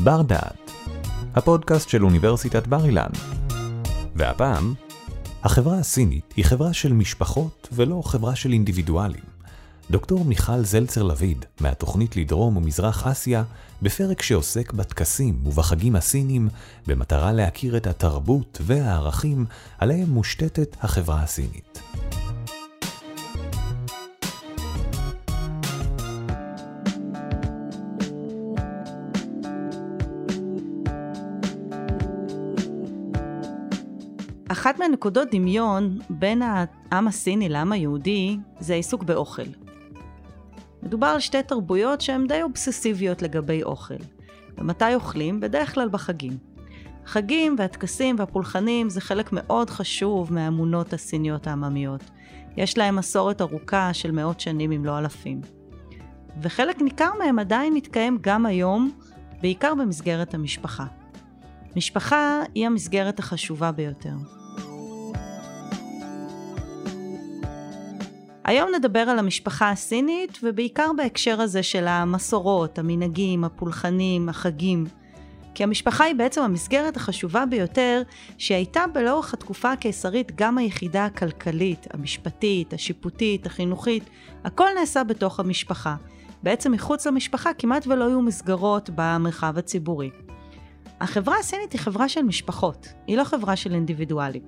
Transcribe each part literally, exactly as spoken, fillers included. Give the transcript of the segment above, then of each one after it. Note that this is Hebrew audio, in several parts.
בר דעת, הפודקאסט של אוניברסיטת בר אילן. והפעם, החברה הסינית היא חברה של משפחות ולא חברה של אינדיבידואלים. דוקטור מיכל זלצר-לויד מהתוכנית לדרום ומזרח אסיה בפרק שעוסק בטקסים ובחגים הסינים במטרה להכיר את התרבות והערכים עליהם מושתתת החברה הסינית. אחת מהנקודות דמיון בין העם הסיני לעם היהודי זה העיסוק באוכל. מדובר על שתי תרבויות שהן די אובססיביות לגבי אוכל. ומתי אוכלים? בדרך כלל בחגים. חגים והטקסים והפולחנים זה חלק מאוד חשוב מהאמונות הסיניות העממיות. יש להם מסורת ארוכה של מאות שנים אם לא אלפים. וחלק ניכר מהם עדיין מתקיים גם היום, בעיקר במסגרת המשפחה. משפחה היא המסגרת החשובה ביותר. היום נדבר על המשפחה הסינית, ובעיקר בהקשר הזה של המסורות, המנהגים, הפולחנים, החגים. כי המשפחה היא בעצם המסגרת החשובה ביותר, שהייתה בלאורך התקופה הקיסרית גם היחידה הכלכלית, המשפטית, השיפוטית, החינוכית, הכל נעשה בתוך המשפחה. בעצם מחוץ למשפחה כמעט ולא היו מסגרות במרחב הציבורי. החברה הסינית היא חברה של משפחות, היא לא חברה של אינדיבידואלים.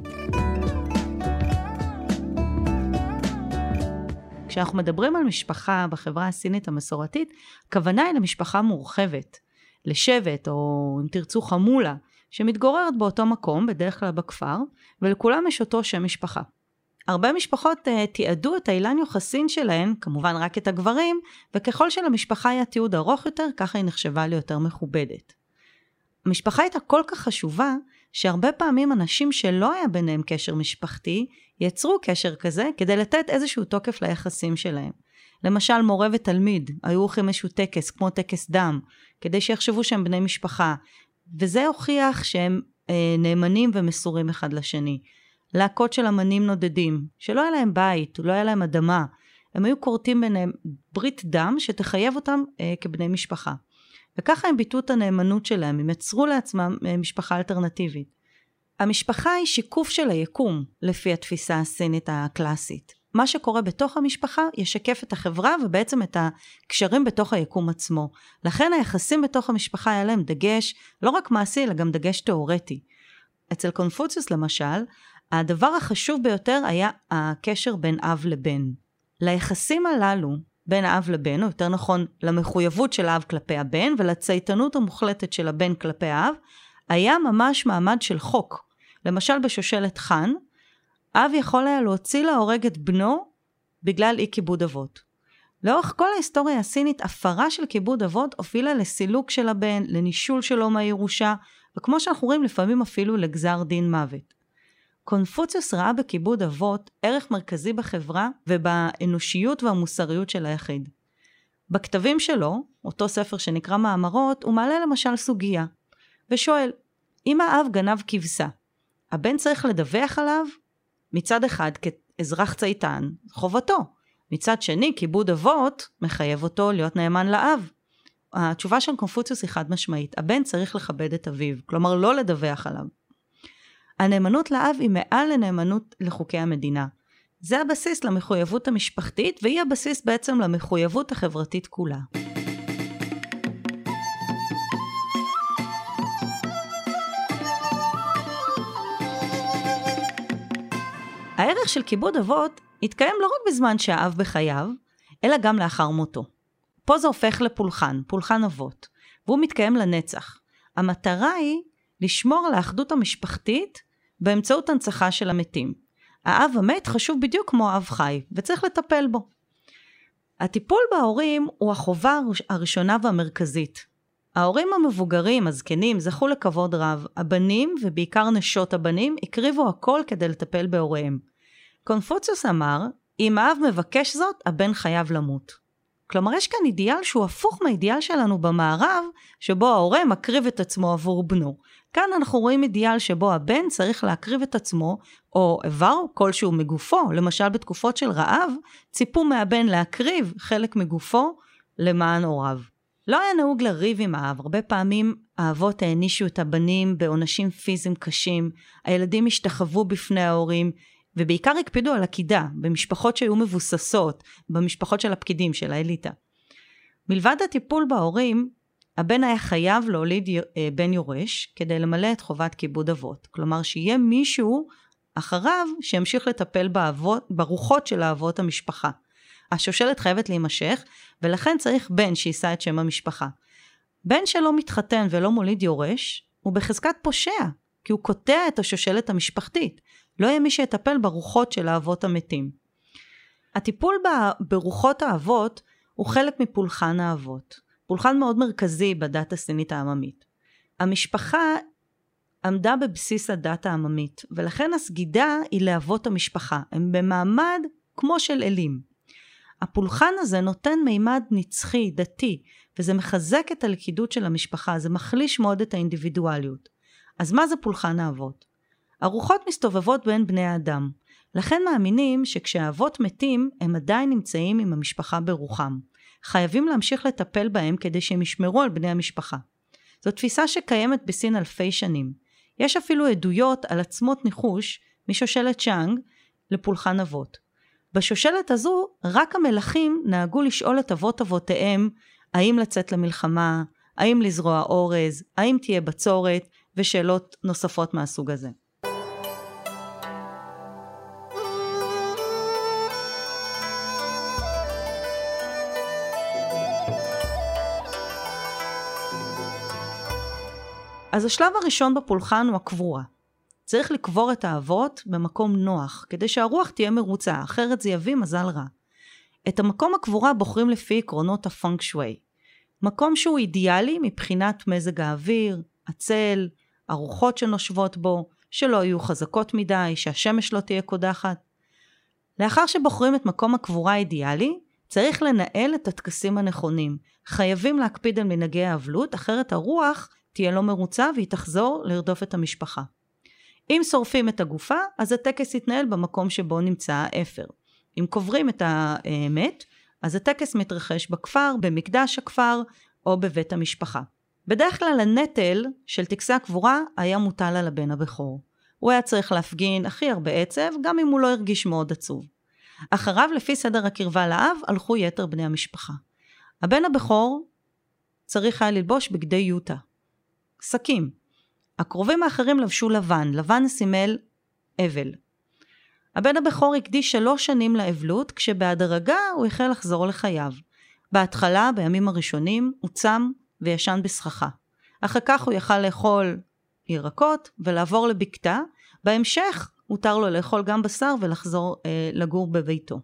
כשאנחנו מדברים על משפחה בחברה הסינית המסורתית, הכוונה היא למשפחה מורחבת, לשבט או אם תרצו חמולה, שמתגוררת באותו מקום, בדרך כלל בכפר, ולכולם יש אותו שם משפחה. הרבה משפחות uh, תיעדו את האילן יוחסין שלהן, כמובן רק את הגברים, וככל שלמשפחה היה תיעוד ארוך יותר, ככה היא נחשבה ליותר מכובדת. המשפחה הייתה כל כך חשובה, שהרבה פעמים אנשים שלא היה ביניהם קשר משפחתי, יצרו קשר כזה כדי לתת איזשהו תוקף ליחסים שלהם. למשל מורה ותלמיד, היו הולכים איזשהו טקס, כמו טקס דם, כדי שיחשבו שהם בני משפחה, וזה הוכיח שהם אה, נאמנים ומסורים אחד לשני. להקות של אמנים נודדים, שלא היה להם בית, לא היה להם אדמה, הם היו קורטים ביניהם ברית דם שתחייב אותם אה, כבני משפחה. וככה הם ביטאו את הנאמנות שלהם, הם יצרו לעצמם משפחה אלטרנטיבית. המשפחה היא שיקוף של היקום, לפי התפיסה הסינית הקלאסית. מה שקורה בתוך המשפחה ישקף את החברה ובעצם את הקשרים בתוך היקום עצמו. לכן היחסים בתוך המשפחה היה להם דגש, לא רק מעשי, אלא גם דגש תיאורטי. אצל קונפוציוס למשל, הדבר החשוב ביותר היה הקשר בין אב לבן. ליחסים הללו, בין האב לבן, או יותר נכון, למחויבות של האב כלפי הבן, ולצייתנות המוחלטת של הבן כלפי האב, היה ממש מעמד של חוק. למשל בשושלת חאן, אב יכול היה להוציא להורג את בנו, בגלל אי כיבוד אבות. לאורך כל ההיסטוריה הסינית, הפרה של כיבוד אבות, הובילה לסילוק של הבן, לנישול שלו מהירושה, וכמו שאנחנו רואים, לפעמים אפילו לגזר דין מוות. קונפוציוס ראה בכיבוד אבות ערך מרכזי בחברה ובאנושיות והמוסריות של היחיד. בכתבים שלו, אותו ספר שנקרא מאמרות, הוא מעלה למשל סוגיה, ושואל, אם האב גנב כבשה, הבן צריך לדווח עליו? מצד אחד כאזרח צייתן, חובתו. מצד שני, כיבוד אבות מחייב אותו להיות נאמן לאב. התשובה של קונפוציוס היא חד משמעית, הבן צריך לכבד את אביו, כלומר לא לדווח עליו. הנאמנות לאב היא מעל לנאמנות לחוקי המדינה. זה הבסיס למחויבות המשפחתית, והיא הבסיס בעצם למחויבות החברתית כולה. הערך של כיבוד אבות התקיים לא רק בזמן שהאב בחייו, אלא גם לאחר מותו. פה זה הופך לפולחן, פולחן אבות, והוא מתקיים לנצח. המטרה היא לשמור על האחדות המשפחתית באמצעות הנצחה של המתים. האב המת חשוב בדיוק כמו האב חי, וצריך לטפל בו. הטיפול בהורים הוא החובה הראשונה והמרכזית. ההורים המבוגרים, הזקנים, זכו לכבוד רב. הבנים, ובעיקר נשות הבנים, הקריבו הכל כדי לטפל בהוריהם. קונפוציוס אמר, אם האב מבקש זאת, הבן חייב למות. כלומר, יש כאן אידיאל שהוא הפוך מהאידיאל שלנו במערב, שבו ההורה מקריב את עצמו עבור בנו. כאן אנחנו רואים אידיאל שבו הבן צריך להקריב את עצמו, או איבר כלשהו מגופו, למשל בתקופות של רעב, ציפו מהבן להקריב חלק מגופו למען הוריו. לא היה נהוג לריב עם האב, הרבה פעמים האבות הענישו את הבנים בעונשים פיזיים קשים, הילדים השתחוו בפני ההורים, ובעיקר הקפידו על עקידה, במשפחות שהיו מבוססות, במשפחות של הפקידים, של האליטה. מלבד הטיפול בהורים, הבן היה חייב להוליד בן יורש, כדי למלא את חובת כיבוד אבות. כלומר, שיהיה מישהו אחריו שימשיך לטפל באבות, ברוחות של האבות המשפחה. השושלת חייבת להימשך, ולכן צריך בן שישא את שם המשפחה. בן שלא מתחתן ולא מוליד יורש, הוא בחזקת פושע, כי הוא קוטע את השושלת המשפחתית. לא יהיה מי שיטפל ברוחות של האבות המתים. הטיפול ברוחות האבות הוא חלק מפולחן האבות. פולחן מאוד מרכזי בדת הסינית העממית. המשפחה עמדה בבסיס הדת העממית, ולכן הסגידה היא לאבות המשפחה. הם במעמד כמו של אלים. הפולחן הזה נותן מימד נצחי, דתי, וזה מחזק את הלכידות של המשפחה, זה מחליש מאוד את האינדיבידואליות. אז מה זה פולחן האבות? הרוחות מסתובבות בין בני האדם, לכן מאמינים שכשהאבות מתים, הם עדיין נמצאים עם המשפחה ברוחם. חייבים להמשיך לטפל בהם כדי שהם ישמרו על בני המשפחה. זו תפיסה שקיימת בסין אלפי שנים. יש אפילו עדויות על עצמות ניחוש משושלת צ'אנג לפולחן אבות. בשושלת הזו, רק המלכים נהגו לשאול את אבות אבותיהם, האם לצאת למלחמה, האם לזרוע אורז, האם תהיה בצורת, ושאלות נוספות מהסוג הזה. אז השלב הראשון בפולחן הוא הקבורה. צריך לקבור את האבות במקום נוח, כדי שהרוח תהיה מרוצה, אחרת זה יביא מזל רע. את המקום הקבורה בוחרים לפי עקרונות הפונג שווי. מקום שהוא אידיאלי מבחינת מזג האוויר, הצל, הרוחות שנושבות בו, שלא יהיו חזקות מדי, שהשמש לא תהיה קודחת. לאחר שבוחרים את מקום הקבורה האידיאלי, צריך לנהל את הטקסים הנכונים. חייבים להקפיד על מנהגי האבלות, אחרת הרוח תהיה לא מרוצה והיא תחזור לרדוף את המשפחה. אם שורפים את הגופה, אז הטקס יתנהל במקום שבו נמצא האפר. אם קוברים את המת, אז הטקס מתרחש בכפר, במקדש הכפר או בבית המשפחה. בדרך כלל הנטל של טקסי הקבורה היה מוטל על הבן הבכור. הוא היה צריך להפגין הכי הרבה עצב, גם אם הוא לא הרגיש מאוד עצוב. אחריו, לפי סדר הקרבה לאב, הלכו יתר בני המשפחה. הבן הבכור צריך היה ללבוש בגדי יוטה. שקים. הקרובים האחרים לבשו לבן, לבן סימל אבל. הבן הבכור הקדיש שלוש שנים לאבלות, כשבהדרגה הוא החל לחזור לחייו. בהתחלה, בימים הראשונים, הוא צם וישן בסככה. אחר כך הוא יכל לאכול ירקות ולעבור לבקתה, בהמשך הותר לו לאכול גם בשר ולחזור אה, לגור בביתו.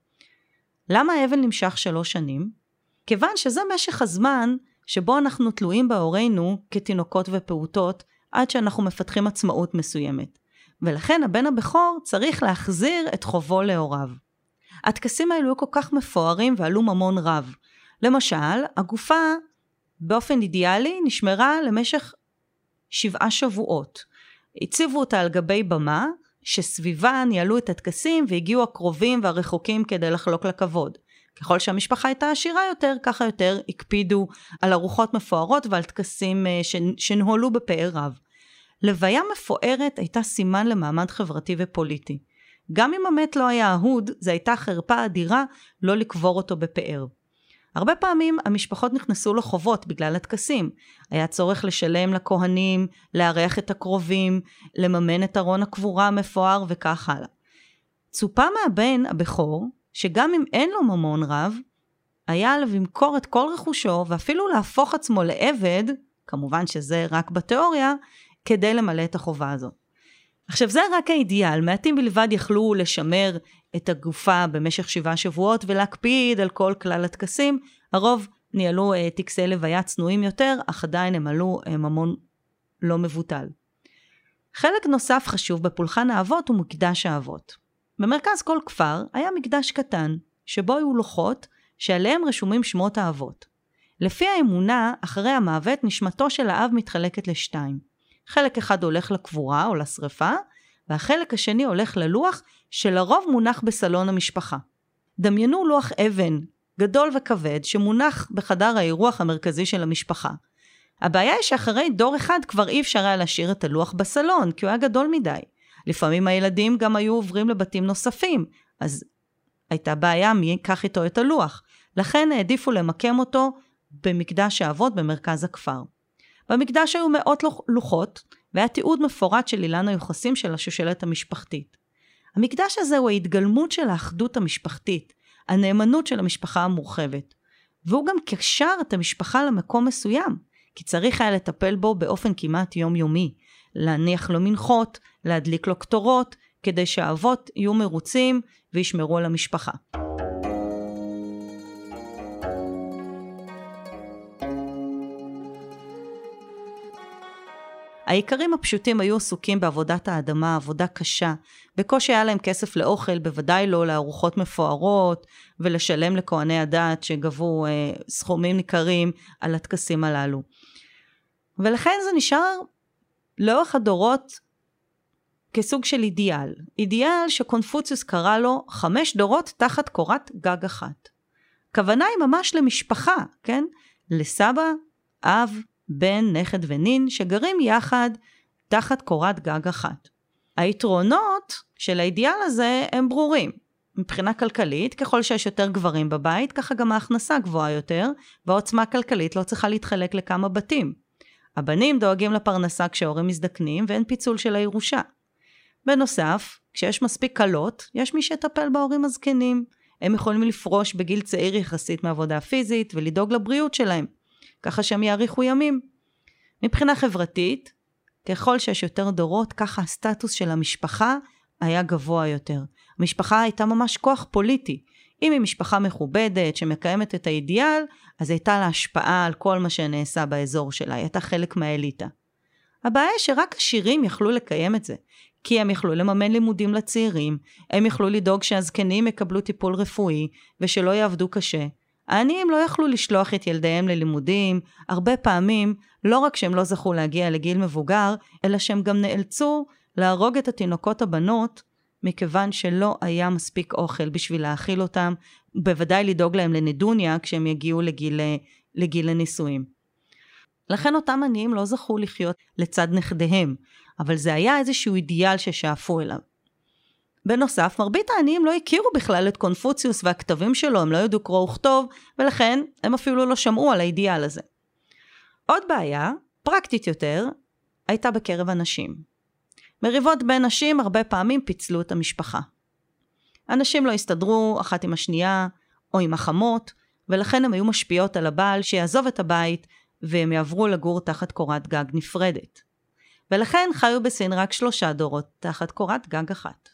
למה האבל נמשך שלוש שנים? כיוון שזה משך הזמן שבו אנחנו תלויים בהורינו כתינוקות ופעוטות, עד שאנחנו מפתחים עצמאות מסוימת. ולכן הבן הבכור צריך להחזיר את חובו להוריו. הטקסים האלו היו כל כך מפוארים ועלו ממון רב. למשל, הגופה באופן אידיאלי נשמרה למשך שבעה שבועות. הציבו אותה על גבי במה, שסביבה ניהלו את הטקסים והגיעו הקרובים והרחוקים כדי לחלוק לכבוד. ככל שהמשפחה הייתה עשירה יותר, ככה יותר הקפידו על ארוחות מפוארות ועל טקסים שנהולו בפאר רב. לוויה מפוארת הייתה סימן למעמד חברתי ופוליטי. גם אם המת לא היה אהוד, זו הייתה חרפה אדירה לא לקבור אותו בפאר. הרבה פעמים המשפחות נכנסו לחובות בגלל הטקסים. היה צורך לשלם לכהנים, לארח את הקרובים, לממן את ארון הקבורה המפואר וכך הלאה. צופה מהבן הבכור, שגם אם אין לו ממון רב, היה עליו למכור את כל רכושו, ואפילו להפוך עצמו לעבד, כמובן שזה רק בתיאוריה, כדי למלא את החובה הזו. עכשיו זה רק האידיאל, מעטים בלבד יכלו לשמר את הגופה במשך שבעה שבועות, ולהקפיד על כל כלל הטקסים. הרוב ניהלו טקסי לוויה צנועים יותר, אך עדיין הם עלו ממון לא מבוטל. חלק נוסף חשוב בפולחן האבות הוא מקדש האבות. במרכז כל כפר היה מקדש קטן, שבו היו לוחות שעליהם רשומים שמות האבות. לפי האמונה, אחרי המוות, נשמתו של האב מתחלקת לשתיים. חלק אחד הולך לקבורה או לשריפה, והחלק השני הולך ללוח שלרוב מונח בסלון המשפחה. דמיינו לוח אבן גדול וכבד, שמונח בחדר האירוח המרכזי של המשפחה. הבעיה היא שאחרי דור אחד כבר אי אפשר היה להשאיר את הלוח בסלון, כי הוא היה גדול מדי. לפעמים הילדים גם היו עוברים לבתים נוספים, אז הייתה בעיה מי ייקח איתו את הלוח. לכן העדיפו למקם אותו במקדש האבות במרכז הכפר. במקדש היו מאות לוחות, והיה תיעוד מפורט של אילן היוחסים של השושלת המשפחתית. המקדש הזה הוא ההתגלמות של האחדות המשפחתית, הנאמנות של המשפחה המורחבת, והוא גם קשר את המשפחה למקום מסוים, כי צריך היה לטפל בו באופן כמעט יומיומי, להניח לו מנחות, להדליק לו קטורות, כדי שהאבות יהיו מרוצים וישמרו על המשפחה. העיקרים הפשוטים היו עסוקים בעבודת האדמה, עבודה קשה. בקושי היה להם כסף לאוכל, בוודאי לא לארוחות מפוארות, ולשלם לכהני הדת שגבו אה, סכומים ניכרים על הטקסים הללו. ולכן זה נשאר לאורך הדורות כסוג של אידיאל. אידיאל שקונפוציוס קרא לו חמש דורות תחת קורת גג אחת. כוונה היא ממש למשפחה, כן? לסבא, אב, בן, נכד ונין, שגרים יחד תחת קורת גג אחת. היתרונות של האידיאל הזה הם ברורים. מבחינה כלכלית, ככל שיש יותר גברים בבית, ככה גם ההכנסה גבוהה יותר, והעוצמה הכלכלית לא צריכה להתחלק לכמה בתים. הבנים דואגים לפרנסה כשההורים מזדקנים, ואין פיצול של הירושה. בנוסף, כשיש מספיק קלות, יש מי שטפל בהורים הזקנים. הם יכולים לפרוש בגיל צעיר יחסית מעבודה פיזית, ולדאוג לבריאות שלהם. ככה שהם יאריכו ימים. מבחינה חברתית, ככל שיש יותר דורות, ככה הסטטוס של המשפחה היה גבוה יותר. המשפחה הייתה ממש כוח פוליטי. אם היא משפחה מכובדת שמקיימת את האידיאל, אז הייתה לה השפעה על כל מה שנעשה באזור שלה. היא הייתה חלק מהאליטה. הבעיה היא שרק עשירים יכלו לקיים את זה, כי הם יכלו לממן לימודים לצעירים, הם יכלו לדאוג שהזקנים יקבלו טיפול רפואי ושלא יעבדו קשה. העניים לא יכלו לשלוח את ילדיהם ללימודים, הרבה פעמים לא רק שהם לא זכו להגיע לגיל מבוגר, אלא שהם גם נאלצו להרוג את התינוקות הבנות, מכיוון שלא היה מספיק אוכל בשביל להאכיל אותם, בוודאי לדאוג להם לנדוניה כשהם יגיעו לגיל, לגיל הנישואים. לכן אותם עניים לא זכו לחיות לצד נכדיהם, אבל זה היה איזשהו אידיאל ששאפו אליו. בנוסף, מרבית העניים לא הכירו בכלל את קונפוציוס והכתבים שלו, הם לא ידעו קרוא וכתוב, ולכן הם אפילו לא שמעו על האידיאל הזה. עוד בעיה, פרקטית יותר, הייתה בקרב הנשים. מריבות בין נשים הרבה פעמים פיצלו את המשפחה. הנשים לא הסתדרו אחת עם השנייה או עם החמות, ולכן הם היו משפיעות על הבעל שיעזוב את הבית, והם יעברו לגור תחת קורת גג נפרדת. ולכן חיו בסין רק שלושה דורות תחת קורת גג אחת.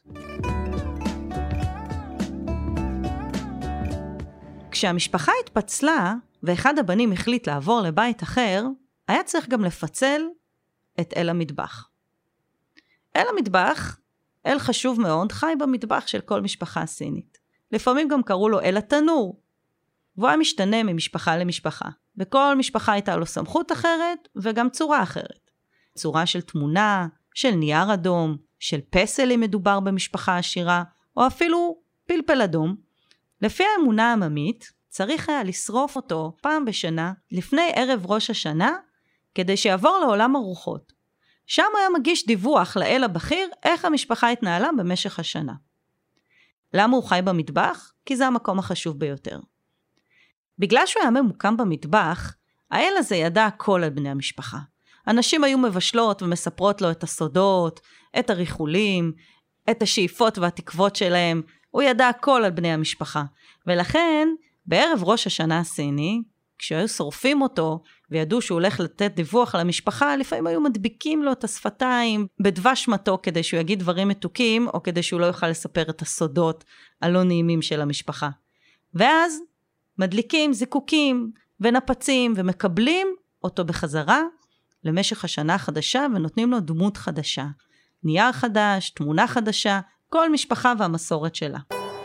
כשהמשפחה התפצלה ואחד הבנים החליט לעבור לבית אחר, היה צריך גם לפצל את אל המטבח. אל המטבח, אל חשוב מאוד, חי במטבח של כל משפחה סינית. לפעמים גם קראו לו אל התנור, והוא היה משתנה ממשפחה למשפחה. בכל משפחה הייתה לו סמכות אחרת וגם צורה אחרת. צורה של תמונה, של נייר אדום, של פסל אם מדובר במשפחה עשירה, או אפילו פלפל אדום. לפי האמונה העממית, צריך היה לשרוף אותו פעם בשנה, לפני ערב ראש השנה, כדי שיעבור לעולם הרוחות. שם היה מגיש דיווח לאל הבכיר, איך המשפחה התנהלה במשך השנה. למה הוא חי במטבח? כי זה המקום החשוב ביותר. בגלל שהוא היה ממוקם במטבח, האל הזה ידע הכל על בני המשפחה. אנשים היו מבשלות ומספרות לו את הסודות, את הריחולים, את השאיפות והתקוות שלהם. הוא ידע הכל על בני המשפחה. ולכן, בערב ראש השנה הסיני, כשהיו שורפים אותו וידעו שהוא הולך לתת דיווח על המשפחה, לפעמים היו מדביקים לו את השפתיים בדבש מתוק כדי שהוא יגיד דברים מתוקים, או כדי שהוא לא יוכל לספר את הסודות הלא נעימים של המשפחה. ואז מדליקים זיקוקים ונפצים ומקבלים אותו בחזרה למשך השנה החדשה ונותנים לו דמות חדשה. נייר חדש, תמונה חדשה, כל משפחה והמסורת שלה.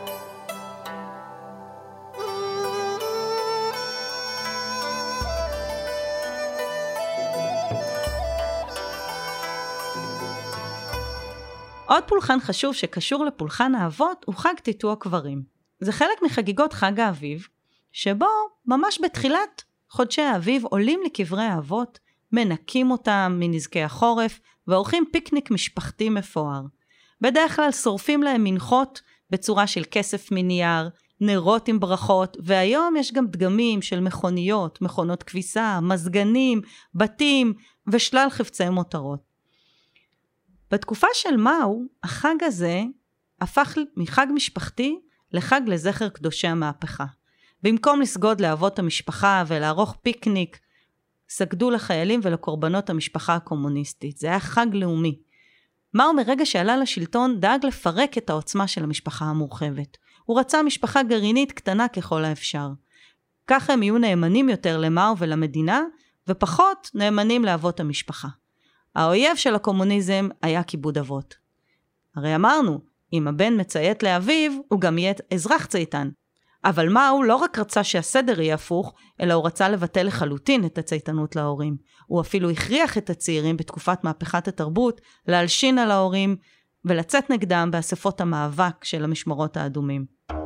עוד פולחן חשוב שקשור לפולחן האבות הוא חג טיטו הקברים. זה חלק מחגיגות חג האביב, שבו ממש בתחילת חודשי האביב עולים לקברי האבות, מנקים אותם מנזקי החורף, ועורכים פיקניק משפחתי מפואר. בדרך כלל שורפים להם מנחות בצורה של כסף מנייר, נרות עם ברכות, והיום יש גם דגמים של מכוניות, מכונות כביסה, מזגנים, בתים ושלל חפצי מותרות. בתקופה של מאו, החג הזה הפך מחג משפחתי לחג לזכר קדושי המהפכה. במקום לסגוד לאבות המשפחה ולערוך פיקניק, סגדו לחיילים ולקורבנות המשפחה הקומוניסטית. זה היה חג לאומי. מאו מרגע שעלה לשלטון דאג לפרק את העוצמה של המשפחה המורחבת. הוא רצה משפחה גרעינית קטנה ככל האפשר. ככה הם יהיו נאמנים יותר למאו ולמדינה, ופחות נאמנים לאבות המשפחה. האויב של הקומוניזם היה כיבוד אבות. הרי אמרנו, אם הבן מציית לאביו, הוא גם יהיה אזרח צייתן. אבל מאו לא רק רצה שהסדר יהיה הפוך, אלא הוא רצה לבטל לחלוטין את הצייתנות להורים. הוא אפילו הכריח את הצעירים בתקופת מהפכת התרבות להלשין על ההורים ולצאת נגדם באספות המאבק של המשמרות האדומים.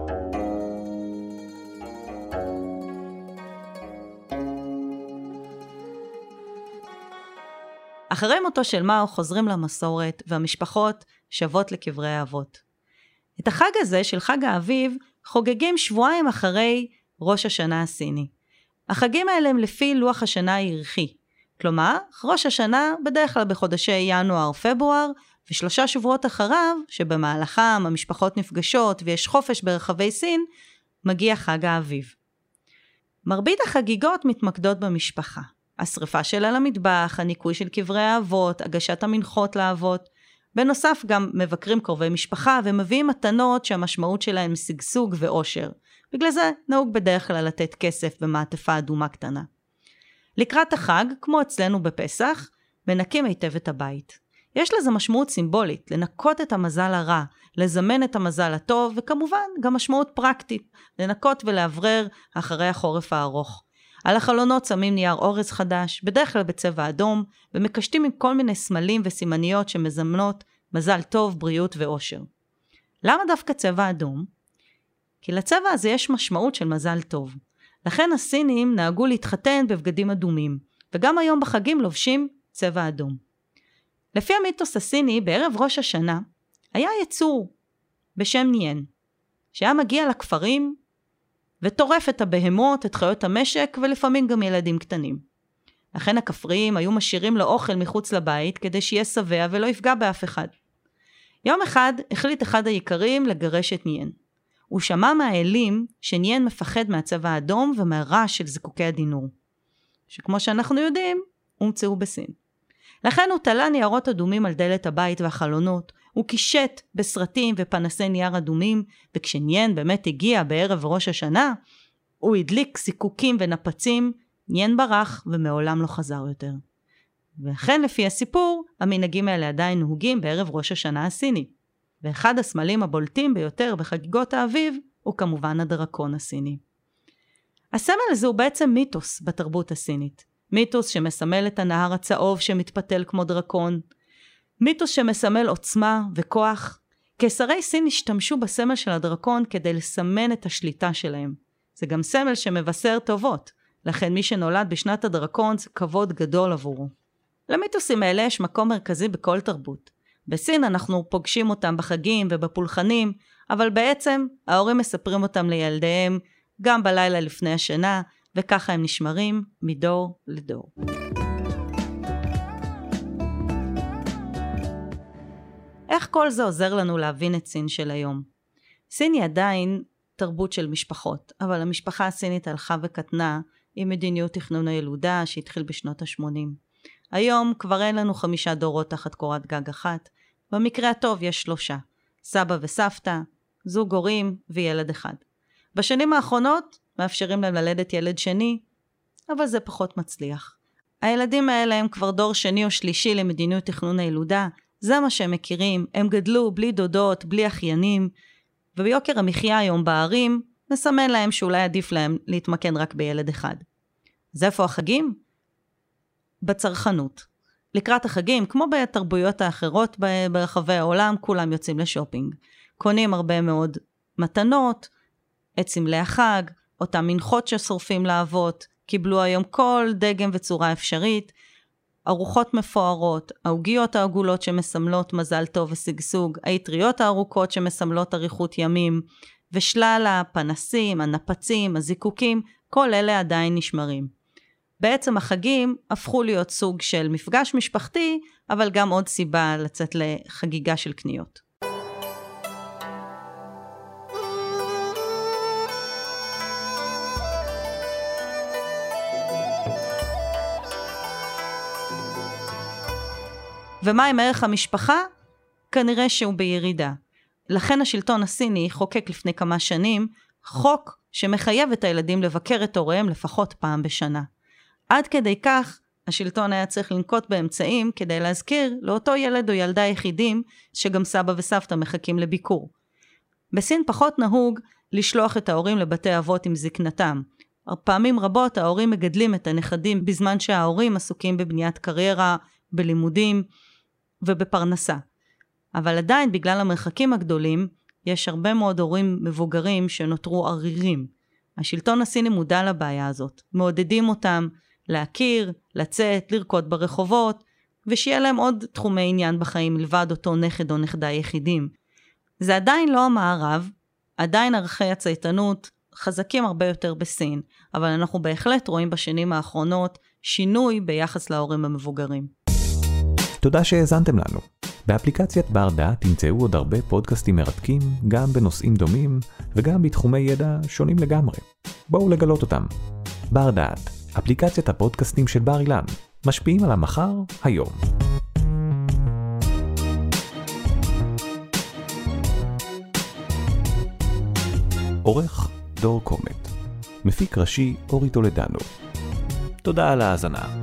אחרי מותו של מאו חוזרים למסורת והמשפחות שבות לקברי האבות. את החג הזה של חג האביב חוגגים שבועיים אחרי ראש השנה הסיני. החגים האלה הם לפי לוח השנה הירחי. כלומר, ראש השנה בדרך כלל בחודשי ינואר-פברואר, ושלושה שבועות אחריו, שבמהלכם המשפחות נפגשות ויש חופש ברחבי סין, מגיע חג האביב. מרבית החגיגות מתמקדות במשפחה. השריפה שלה למטבח, הניקוי של קברי האבות, הגשת המנחות לאבות. בנוסף גם מבקרים קרובי משפחה ומביאים מתנות שהמשמעות שלהם שגשוג ואושר. בגלל זה נהוג בדרך כלל לתת כסף במעטפה אדומה קטנה. לקראת החג, כמו אצלנו בפסח, מנקים היטב את הבית. יש לזה משמעות סימבולית, לנקות את המזל הרע, לזמן את המזל הטוב, וכמובן גם משמעות פרקטית, לנקות ולעברר אחרי החורף הארוך. על החלונות שמים נייר אורז חדש, בדרך כלל בצבע אדום, ומקשטים עם כל מיני סמלים וסימניות שמזמנות מזל טוב, בריאות ואושר. למה דווקא צבע אדום? כי לצבע הזה יש משמעות של מזל טוב. לכן הסינים נהגו להתחתן בבגדים אדומים, וגם היום בחגים לובשים צבע אדום. לפי המיתוס הסיני, בערב ראש השנה, היה יצור בשם ניין, שהיה מגיע לכפרים וטורף את הבהמות, את חיות המשק, ולפעמים גם ילדים קטנים. לכן הכפריים היו משאירים לו אוכל מחוץ לבית, כדי שיהיה שבע ולא יפגע באף אחד. יום אחד החליט אחד היקרים לגרש את ניין. הוא שמע מהאלים שניין מפחד מהצבע האדום ומהרעש של זיקוקי הדינור, שכמו שאנחנו יודעים, הומצאו בסין. לכן הוא תלה ניירות אדומים על דלת הבית והחלונות, הוא קישט בסרטים ופנסי נייר אדומים, וכשניין באמת הגיע בערב ראש השנה, הוא הדליק זיקוקים ונפצים, ניין ברח ומעולם לא חזר יותר. וכן לפי הסיפור, המנהגים האלה עדיין נהוגים בערב ראש השנה הסיני. ואחד הסמלים הבולטים ביותר בחגיגות האביב, הוא כמובן הדרקון הסיני. הסמל הזה הוא בעצם מיתוס בתרבות הסינית. מיתוס שמסמל את הנהר הצהוב שמתפתל כמו דרקון. מיתוס שמסמל עוצמה וכוח. קיסרי סין השתמשו בסמל של הדרקון כדי לסמן את השליטה שלהם. זה גם סמל שמבשר טובות. לכן מי שנולד בשנת הדרקון זה כבוד גדול עבורו. למיתוסים האלה יש מקום מרכזי בכל תרבות. בסין אנחנו פוגשים אותם בחגים ובפולחנים, אבל בעצם ההורים מספרים אותם לילדיהם גם בלילה לפני השנה, וככה הם נשמרים מדור לדור. איך כל זה עוזר לנו להבין את סין של היום? סין היא עדיין תרבות של משפחות, אבל המשפחה הסינית הלכה וקטנה עם מדיניות תכנון הילודה שהתחיל בשנות ה-שמונים. היום כבר אין לנו חמישה דורות תחת קורת גג אחת, במקרה הטוב יש שלושה, סבא וסבתא, זוג הורים וילד אחד. בשנים האחרונות מאפשרים להם ללדת ילד שני, אבל זה פחות מצליח. הילדים האלה הם כבר דור שני או שלישי למדיניות תכנון הילודה, זה מה שהם מכירים, הם גדלו בלי דודות, בלי אחיינים, וביוקר המחיה היום בערים, מסמן להם שאולי עדיף להם להתמקד רק בילד אחד. אז איפה החגים? בצרכנות. לקראת החגים, כמו בתרבויות האחרות ברחבי העולם, כולם יוצאים לשופינג. קונים הרבה מאוד מתנות, את סמלי החג, אותם מנחות ששורפים לאבות, קיבלו היום כל דגם וצורה אפשרית, ארוחות מפוארות, העוגיות העגולות שמסמלות מזל טוב ושגשוג, האטריות הארוכות שמסמלות אריכות ימים, ושלל הפנסים, הנפצים, הזיקוקים, כל אלה עדיין נשמרים. בעצם החגים הפכו להיות סוג של מפגש משפחתי, אבל גם עוד סיבה לצאת לחגיגה של קניות. ומה עם ערך המשפחה? כנראה שהוא בירידה. לכן השלטון הסיני חוקק לפני כמה שנים חוק שמחייב את הילדים לבקר את הוריהם לפחות פעם בשנה. עד כדי כך השלטון היה צריך לנקוט באמצעים כדי להזכיר לאותו ילד או ילדה יחידים שגם סבא וסבתא מחכים לביקור. בסין פחות נהוג לשלוח את ההורים לבתי אבות עם זקנתם. פעמים רבות ההורים מגדלים את הנכדים בזמן שההורים עסוקים בבניית קריירה, בלימודים ובפרנסה. אבל עדיין בגלל המרחקים הגדולים, יש הרבה מאוד הורים מבוגרים שנותרו ערירים. השלטון הסיני מודע לבעיה הזאת. מעודדים אותם להכיר, לצאת, לרקוד ברחובות, ושיהיה להם עוד תחומי עניין בחיים מלבד אותו נכד או נכדה יחידים. זה עדיין לא המערב, עדיין ערכי הצייתנות חזקים הרבה יותר בסין, אבל אנחנו בהחלט רואים בשנים האחרונות שינוי ביחס להורים המבוגרים. תודה שהאזנתם לנו. באפליקציית בר דעת תמצאו עוד הרבה פודקאסטים מרתקים, גם בנושאים דומים וגם בתחומי ידע שונים לגמרי. בואו לגלות אותם. בר דעת, אפליקציית הפודקאסטים של בר אילן, משפיעים על המחר היום. עורך דור קומט, מפיק ראשי אורי טולדנו. תודה על ההאזנה.